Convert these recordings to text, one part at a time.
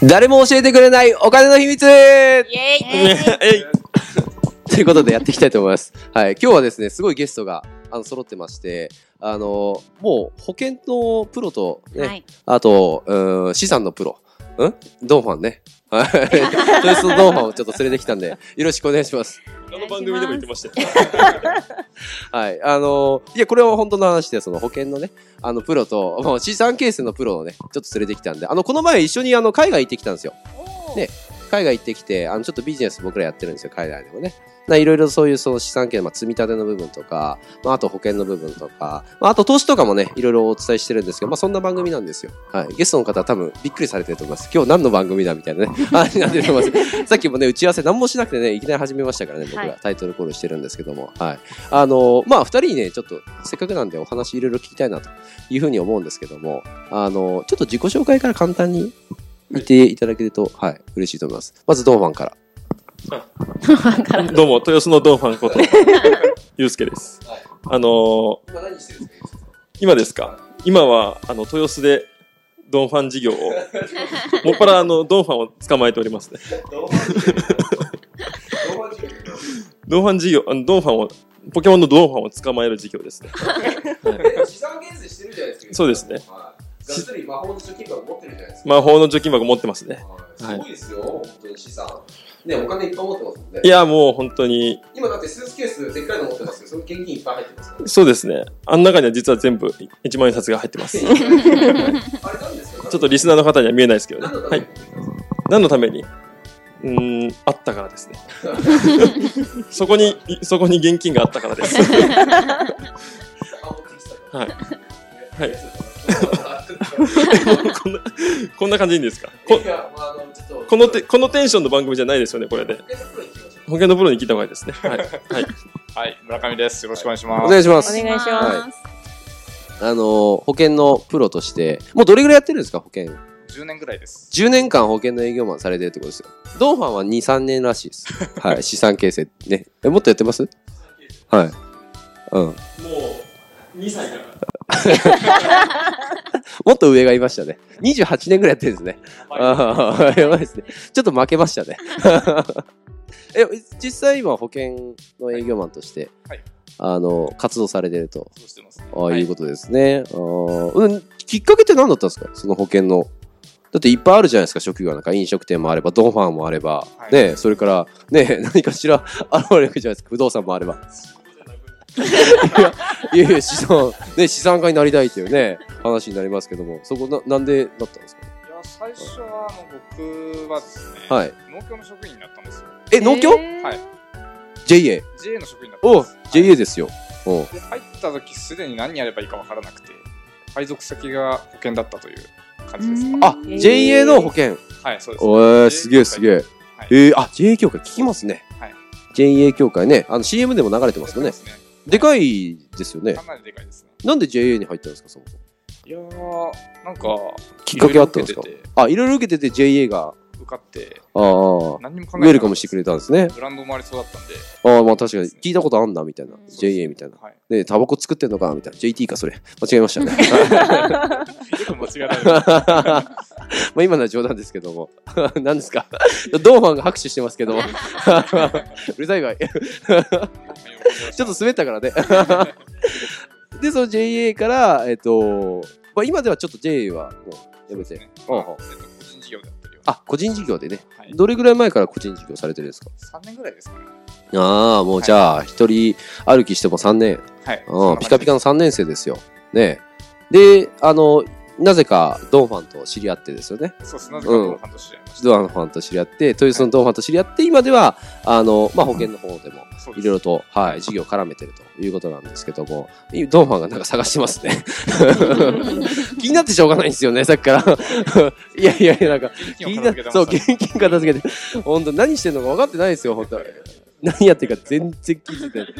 誰も教えてくれないお金の秘密イエイということでやっていきたいと思います。はい。今日はですね、すごいゲストが揃ってまして、もう保険のプロとね、はい、あと、資産のプロ、ドンファンね。はい。とりあえずドンファンをちょっと連れてきたんで、よろしくお願いします。 他の番組でも言ってましたよ。 はい。いや、これは本当の話で、その保険のね、プロと、もう資産形成のプロをね、ちょっと連れてきたんで、この前一緒に海外行ってきたんですよ。ね。海外行ってきて、ちょっとビジネス僕らやってるんですよ、海外でもね。いろいろそういうその資産形成、積み立ての部分とか、あと保険の部分とか、あと投資とかもね、いろいろお伝えしてるんですけど、そんな番組なんですよ。はい。ゲストの方は多分びっくりされてると思います。今日何の番組だみたいなね、話になってると思います。さっきもね、打ち合わせ何もしなくてね、いきなり始めましたからね、僕らタイトルコールしてるんですけども、はい。二人にね、ちょっとせっかくなんでお話いろいろ聞きたいなというふうに思うんですけども、ちょっと自己紹介から簡単に言っていただけると、はい、嬉しいと思います。まずドンファンから。 どうも、豊洲のドンファンことゆうすけです。 今何してるんですか？ 今ですか？今は豊洲でドンファン事業をもっぱらドンファンを捕まえておりますね。ドンファン事業、ドンファンをポケモンのドンファンを捕まえる事業ですね。 資産形成してるじゃないですか。 そうですね。 がっつり魔法の貯金箱持ってるじゃないですか。 魔法の貯金箱持ってますね。 すごいですよ、本当に資産。ね、お金いっぱい持ってますもんね。 いや、もう本当に。 今だってスーツケースでっかいの持ってますけど、その現金いっぱい入ってますからね。 そうですね。あの中には実は全部1万円札が入ってます。 あれなんですか？ ちょっとリスナーの方には見えないですけどね。 はい。 何のために？あったからですね。そこに現金があったからです。はい。はい。こんな感じでいいんですか？このテンションの番組じゃないですよね、これで。保険のプロに聞いた方がいいですね。はい。はい。 はい、村上です。よろしくお願いします。 お願いします。 お願いします。 保険のプロとして、もうどれぐらいやってるんですか、保険 ？10年ぐらいです。 10年間保険の営業マンされてるってことですよ。ドンファンは2、3年らしいです。はい。資産形成ね。もっとやってます？はい。もう2歳から。 もっと上がいましたね。28年ぐらいやってるんですね。やばいですね。ちょっと負けましたね。実際今保険の営業マンとして、はい、活動されてると、 そうしてますね。 いうことですね。きっかけって何だったんですか？その保険の。だっていっぱいあるじゃないですか、職業なんか飲食店もあれば、ドンファンもあれば、はい、ね、それからね、何かしら現れるじゃないですか、不動産もあれば。いや資産家になりたいっていうね話になりますけども、そこなんでだったんですか？ いや、最初は僕はですね、 はい、 農協の職員になったんですよ。 農協？ はい。 JA の職員だったんです。 JA ですよ。 で入った時すでに何やればいいか分からなくて、配属先が保険だったという感じですか。 JA の保険。 はい、そうです。 すげえすげえ。JA 協会聞きますね。はい。JA 協会ね、CM でも流れてますよね。でかいですよね。 かなりでかいですね。 なんで JA に入ったんですか、そもそも。 いやー、なんかきっかけあったんですか？いろいろ受けてて JA が受かって、 何にも考えなかった。ウェルカムしてくれたんですね。 ブランドもありそうだったんで。 まあ確かに聞いたことあんなみたいな、JA みたいな。で、タバコ作ってんのかみたいな。JT かそれ。間違えましたね。 よく間違えられる。まあ今のは冗談ですけども。何ですか？ドンファンが拍手してますけども。うるさいわい。ちょっと滑ったからね。で、その JA から、今ではちょっと JA はもうやめて。 個人事業でやってるよ。 個人事業でね。どれぐらい前から個人事業されてるんですか ？3年ぐらいですかね。 もうじゃあ、一人歩きしても3年。 はい。 ピカピカの3年生ですよ。ね。で、なぜかドンファンと知り合ってですよね。 そうです。なぜかドンファンと知り合いました。 ドンファンと知り合って、豊洲のドンファンと知り合って、今では、保険の方でも、いろいろと、事業を絡めてるということなんですけども、ドンファンがなんか探してますね。気になってしょうがないんですよね、さっきから。いや、なんか、気になって、そう、現金片付けて、本当何してんのか分かってないですよ、本当何やってるか全然気づいてない。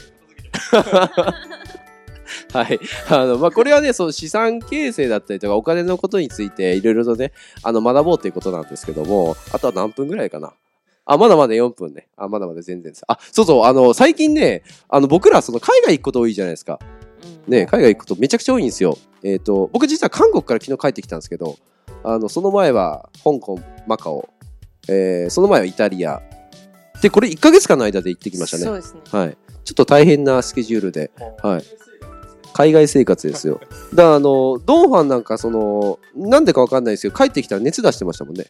はい。これはね、資産形成だったりとか、お金のことについて、いろいろとね、学ぼうということなんですけども、あとは何分ぐらいかな。まだまだ4分ね。まだまだ全然です。そう、最近ね、僕ら、海外行くこと多いじゃないですか。ね、海外行くことめちゃくちゃ多いんですよ。僕実は韓国から昨日帰ってきたんですけど、 その前は香港、マカオ、その前はイタリア。で、これ1ヶ月間の間で行ってきましたね。 そうですね。 はい。ちょっと大変なスケジュールで、はい。海外生活ですよ。だからドンファンなんかなんでかわかんないですけど、帰ってきたら熱出してましたもんね。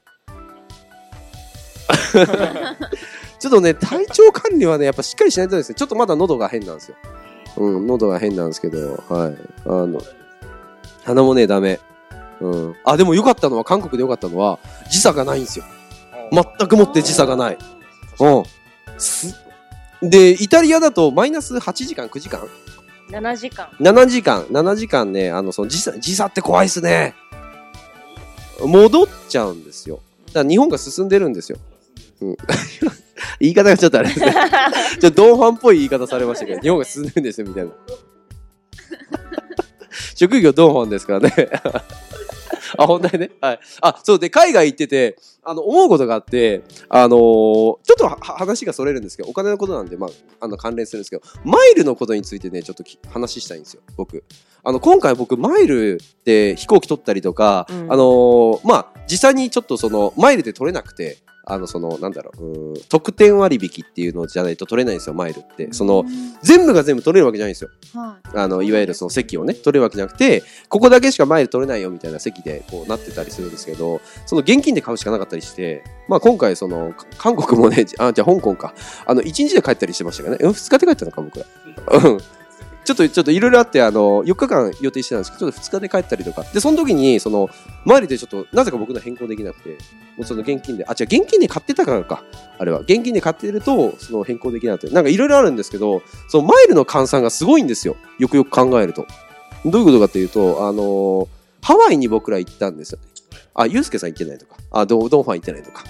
ちょっとね、体調管理はね、やっぱしっかりしないとですね、ちょっとまだ喉が変なんですよ。喉が変なんですけど、はい。鼻もね、ダメ。でも良かったのは、韓国で良かったのは、時差がないんですよ。全くもって時差がない。で、イタリアだとマイナス8時間、9時間 7時間。 7時間ね、時差って怖いっすね。戻っちゃうんですよ。だから日本が進んでるんですよ。言い方がちょっとあれですね。ちょっとドンファンっぽい言い方されましたけど、日本が進んでるんですよ、みたいな。職業ドンファンですからね。本題ね。はい。そうで、海外行ってて、思うことがあって、ちょっと話がそれるんですけど、お金のことなんで、関連するんですけど、マイルのことについてね、ちょっと話したいんですよ、僕。今回僕、マイルで飛行機取ったりとか、実際にちょっとマイルで取れなくて、特典割引っていうのじゃないと取れないんですよ、マイルって。全部が全部取れるわけじゃないんですよ。いわゆる席をね、取れるわけじゃなくて、ここだけしかマイル取れないよみたいな席でこうなってたりするんですけど、現金で買うしかなかったりして、今回韓国もね、じゃあ香港か。1日で帰ったりしてましたけどね。2日で帰ったのか、僕ら。ちょっといろいろあって、4日間予定してたんですけど、ちょっと2日で帰ったりとか。で、その時に、マイルでちょっと、なぜか僕の変更できなくて、もう現金で、現金で買ってたからか。あれは。現金で買ってると、変更できなくて。なんかいろいろあるんですけど、マイルの換算がすごいんですよ。よくよく考えると。どういうことかというと、ハワイに僕ら行ったんですよね。ユースケさん行ってないとか。ドンファン行ってないとか。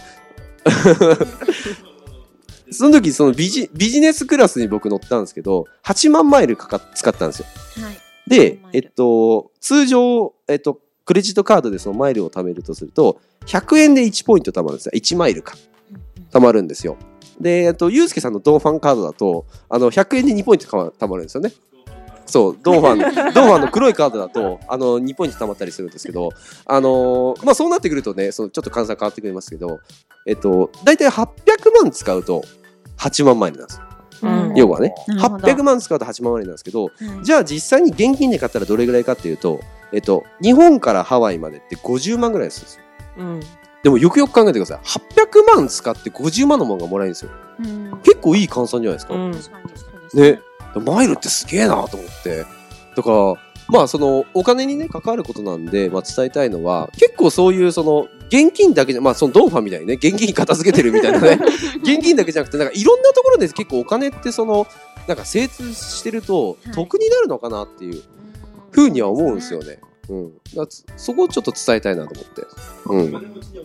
その時ビジネスクラスに僕乗ったんですけど、8万マイル使ったんですよ。はい、で、通常、クレジットカードでそのマイルを貯めるとすると、100円で1ポイント貯まるんですよ。1マイルか。貯まるんですよ。で、ユースケさんのドンファンカードだと、100円で2ポイント貯まるんですよね。そう、ドンファンの黒いカードだと、2ポイント貯まったりするんですけど、そうなってくるとね、ちょっと換算変わってくれますけど、だいたい800万使うと8万マイルなんですよ。要はね、800万使うと8万マイルなんですけど、じゃあ実際に現金で買ったらどれぐらいかっていうと、日本からハワイまでって50万ぐらいですよ。でもよくよく考えてください。800万使って50万のものがもらえるんですよ。結構いい換算じゃないですか。ね。マイルってすげえなと思って。だから、お金にね、関わることなんで、伝えたいのは、結構そういう現金だけじゃ、ドンファンみたいにね、現金片付けてるみたいなね、現金だけじゃなくて、なんかいろんなところで結構お金ってなんか精通してると、得になるのかなっていうふうには思うんですよね。そこをちょっと伝えたいなと思って。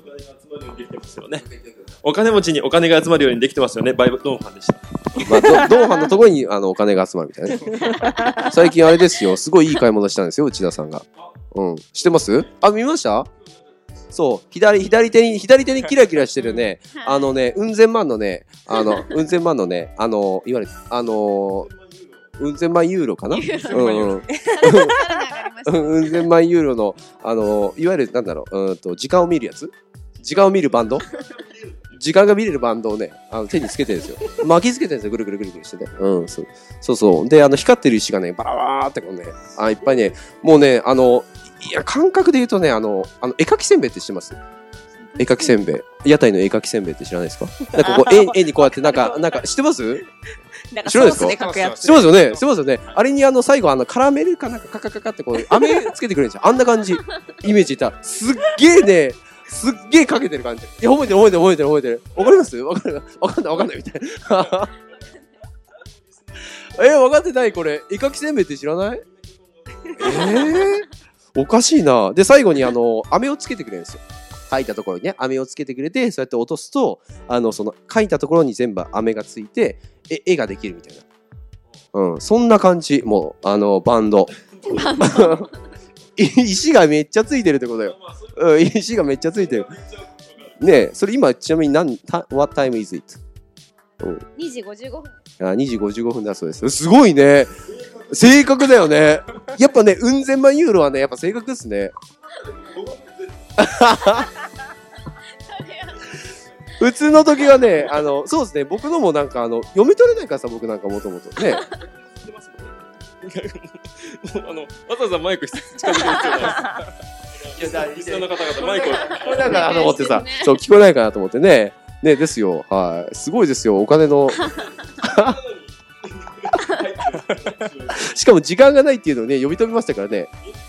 お金持ちにお金が集まるようにできてますよね。バイブドンファンでした。 ドンファンのところにお金が集まるみたいなね。最近あれですよ、すごいいい買い物したんですよ、内田さんが。知ってます？見ました？そう、左手にキラキラしてるね、うん千万のね、いわゆる、うん千万ユーロかな？うん千万ユーロの、いわゆる、時間を見るやつ？時間を見るバンド？時間が見れるバンドをね、手につけてるんですよ。巻きつけてるんですよ、ぐるぐるぐるぐるしてね。そう。で、光ってる石がね、バラバーってこうね、いっぱいね、もうね、感覚で言うとね、絵描きせんべいって知ってます？絵描きせんべい。屋台の絵描きせんべいって知らないですか？なんかこう、絵にこうやってなんか、知ってます？知らないですか？知ってますよね。知ってますよね。あれに最後カラメルかなんかカカカカってこう、飴つけてくれるんですよ。あんな感じ。イメージいた。すっげえね、すっげえかけてる感じ。いや、覚えてる。わかります？わかんないみたいな。分かってないこれ。絵描きせんべいって知らない？おかしいな。で、最後に飴をつけてくれるんですよ。書いたところにね、飴をつけてくれて、そうやって落とすと、書いたところに全部飴がついて、絵ができるみたいな。そんな感じ。もう、バンド。石がめっちゃついてるってことだよ。石がめっちゃついてる。ねえ、それ今ちなみにwhat time is it？ 2時55分。 2時55分だそうです。すごいね。正確だよね。やっぱね、うん千万ユーロはね、やっぱ正確ですね。 普通の時はね、そうですね、僕のもなんか読み取れないからさ、僕なんかもともとね。 わざわざマイク近づける必要ないです。リスナーの方々、マイクを。 聞こえないかなと思ってさ、そう、聞こえないかなと思ってね。ね、ですよ。はい。すごいですよ、お金の。しかも時間がないっていうのをね、読み取りましたからね。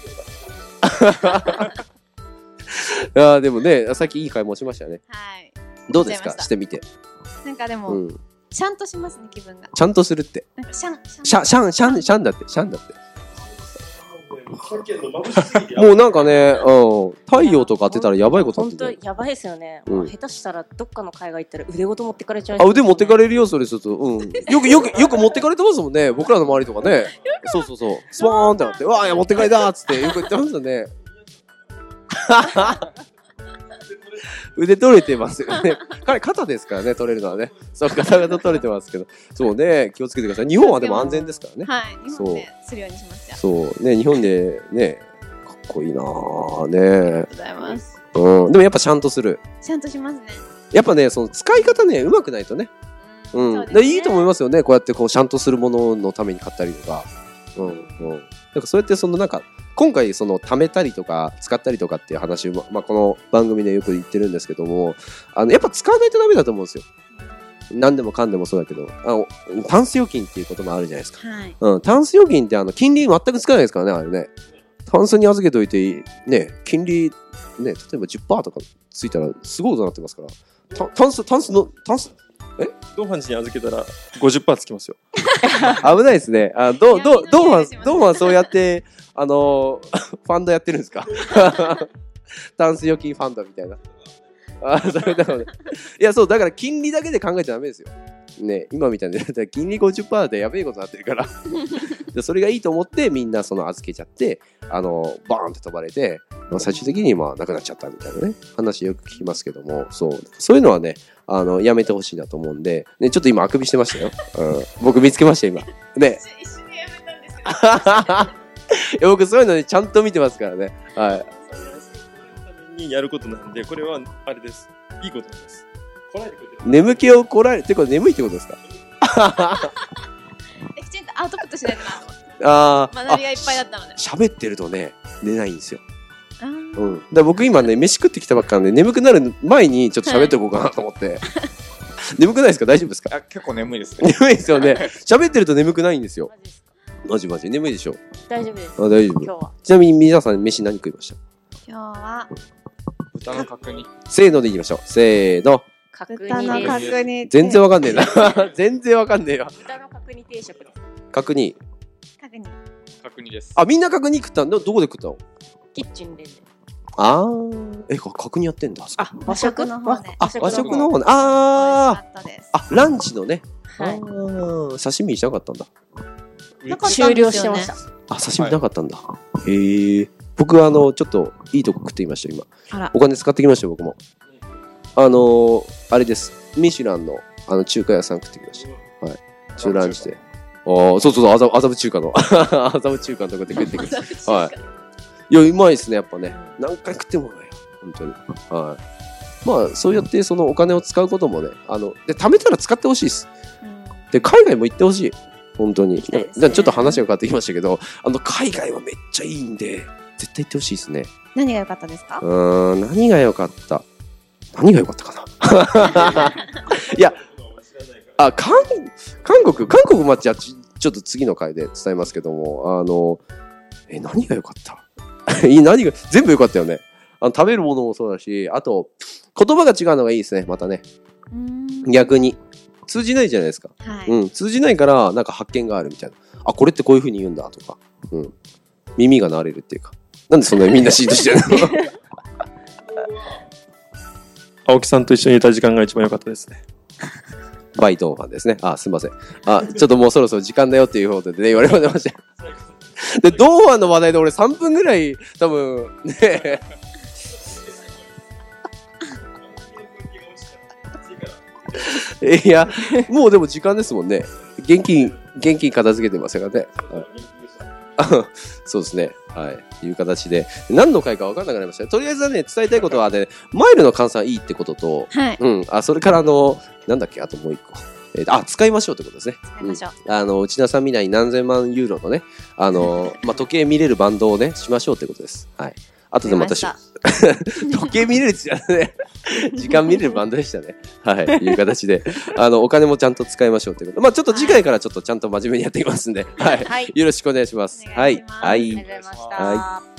いやでもね、さっきいい買い物しましたね。 はい。 どうですかしてみて。 なんかでも、シャンとしますね、気分が。 ちゃんとするって。 なんかシャンだって、シャンだって。もうなんかね、太陽とか当てたらやばいことになってる。 本当やばいですよね。下手したらどっかの海外行ったら腕ごと持ってかれちゃう。 あ、腕持ってかれるよ、それちょっと。よく持ってかれてますもんね。僕らの周りとかね。そう。スワーンってなって、わあ、持ってかれたっつってよく言ってますよね。腕取れてますよね。彼肩ですからね、取れるのはね。そう、肩が取れてますけど。そうね、気をつけてください。日本はでも安全ですからね。 はい、日本でするようにしますよ。 そうね、日本でね、かっこいいなぁね。 ありがとうございます。 でもやっぱちゃんとする。 ちゃんとしますね。 やっぱね、その使い方ね、うまくないとね。いいと思いますよね。こうやってこうちゃんとするもののために買ったりとか。なんかそうやってそのなんか今回その貯めたりとか使ったりとかっていう話を、この番組でよく言ってるんですけども、やっぱ使わないとダメだと思うんですよ。何でもかんでもそうだけど、タンス預金っていうこともあるじゃないですか。はい、タンス預金って金利全くつかないですからね、あれね。タンスに預けといてね、金利ね、例えば 10% とかついたらすごいことになってますから。タンスドンファンチに預けたら 50% つきますよ。 危ないですね。ドンファンそうやって、ファンドやってるんですかタンス預金ファンドみたいな。それだからね。いや、そう、だから金利だけで考えちゃダメですよ。ね、今みたいに金利 50% でやべえことになってるからでそれがいいと思ってみんなその預けちゃってバーンって飛ばれて、最終的になくなっちゃったみたいなね話よく聞きますけども、そういうのはねやめてほしいなと思うんで、ね、ちょっと今あくびしてましたよ、僕見つけました今ね。 一緒にやめたんですけど僕そういうのねちゃんと見てますからね。はい。 にやることなんで、これはあれです。いいことなんです。 眠気をこらえるってこと眠いってことですかきちんとアウトプットしないとな。学びがいっぱいだったので。 喋ってるとね寝ないんですよ。だから僕今ね飯食ってきたばっかなんで眠くなる前にちょっと喋っておこうかなと思って、眠くないですか？大丈夫ですか？ 結構眠いですね。 眠いですよね。喋ってると眠くないんですよ。マジ眠いでしょ。 大丈夫です。 大丈夫。今日はちなみに皆さん飯何食いました？ 今日は豚の角煮。 せーのでいきましょう。せーの。 豚の角煮。 全然わかんねえな。全然わかんねえよ。 豚の角煮定食です。 角煮。 角煮です。 みんな角煮食ったんだ。どこで食ったの？ キッチンで。 角煮やってんだ。 和食の方ね。 和食の方ね。ランチのね。刺身しなかったんだ。 終了してました。 刺身なかったんだ。へえ。僕ちょっといいとこ食ってきました今。お金使ってきましたよ僕も。あれです。ミシュランの中華屋さん食ってきました。はい。中ランチで。そう麻布中華の麻布中華のとこで食ってきました。はい。いやうまいですねやっぱね。何回食ってもうまいよ本当に。はい。そうやってそのお金を使うこともねで貯めたら使ってほしいです。で海外も行ってほしい本当に。じゃあちょっと話が変わってきましたけど海外はめっちゃいいんで絶対行ってほしいですね。 何が良かったですか？ 何が良かったかないや韓国まちはちょっと次の回で伝えますけども何が良かった何が全部良かったよね。食べるものもそうだし、あと言葉が違うのがいいですね。またね逆に通じないじゃないですか、通じないからなんか発見があるみたいな。これってこういう風に言うんだとか、耳が慣れるっていうか。なんでそんなにみんなシーンとしてるの青木さんと一緒にいた時間が一番良かったですね。 バイトンファンですね。すみません。ちょっともうそろそろ時間だよっていうことでね、言われました。で、ドンファンの話題で俺3分ぐらい、多分、ねいや、もうでも時間ですもんね。現金片付けてましたからね。そうですね。 はい。いう形で、何の回か分からなくなりました。とりあえずはね、伝えたいことはね、マイルの換算いいってことと、 はい。 うん。それからなんだっけ、あともう一個。使いましょうってことですね。 使いましょう。 内田さんみたいに何千万ユーロのね、時計見れるバンドをね、しましょうってことです。はい。あとでまた時計見れるじゃね、時間見れるバンドでしたね。はい。いう形で、お金もちゃんと使いましょうってこと。まあちょっと次回からちょっとちゃんと真面目にやっていきますんで、はい。よろしくお願いします。はい。はい。 ありがとうございました。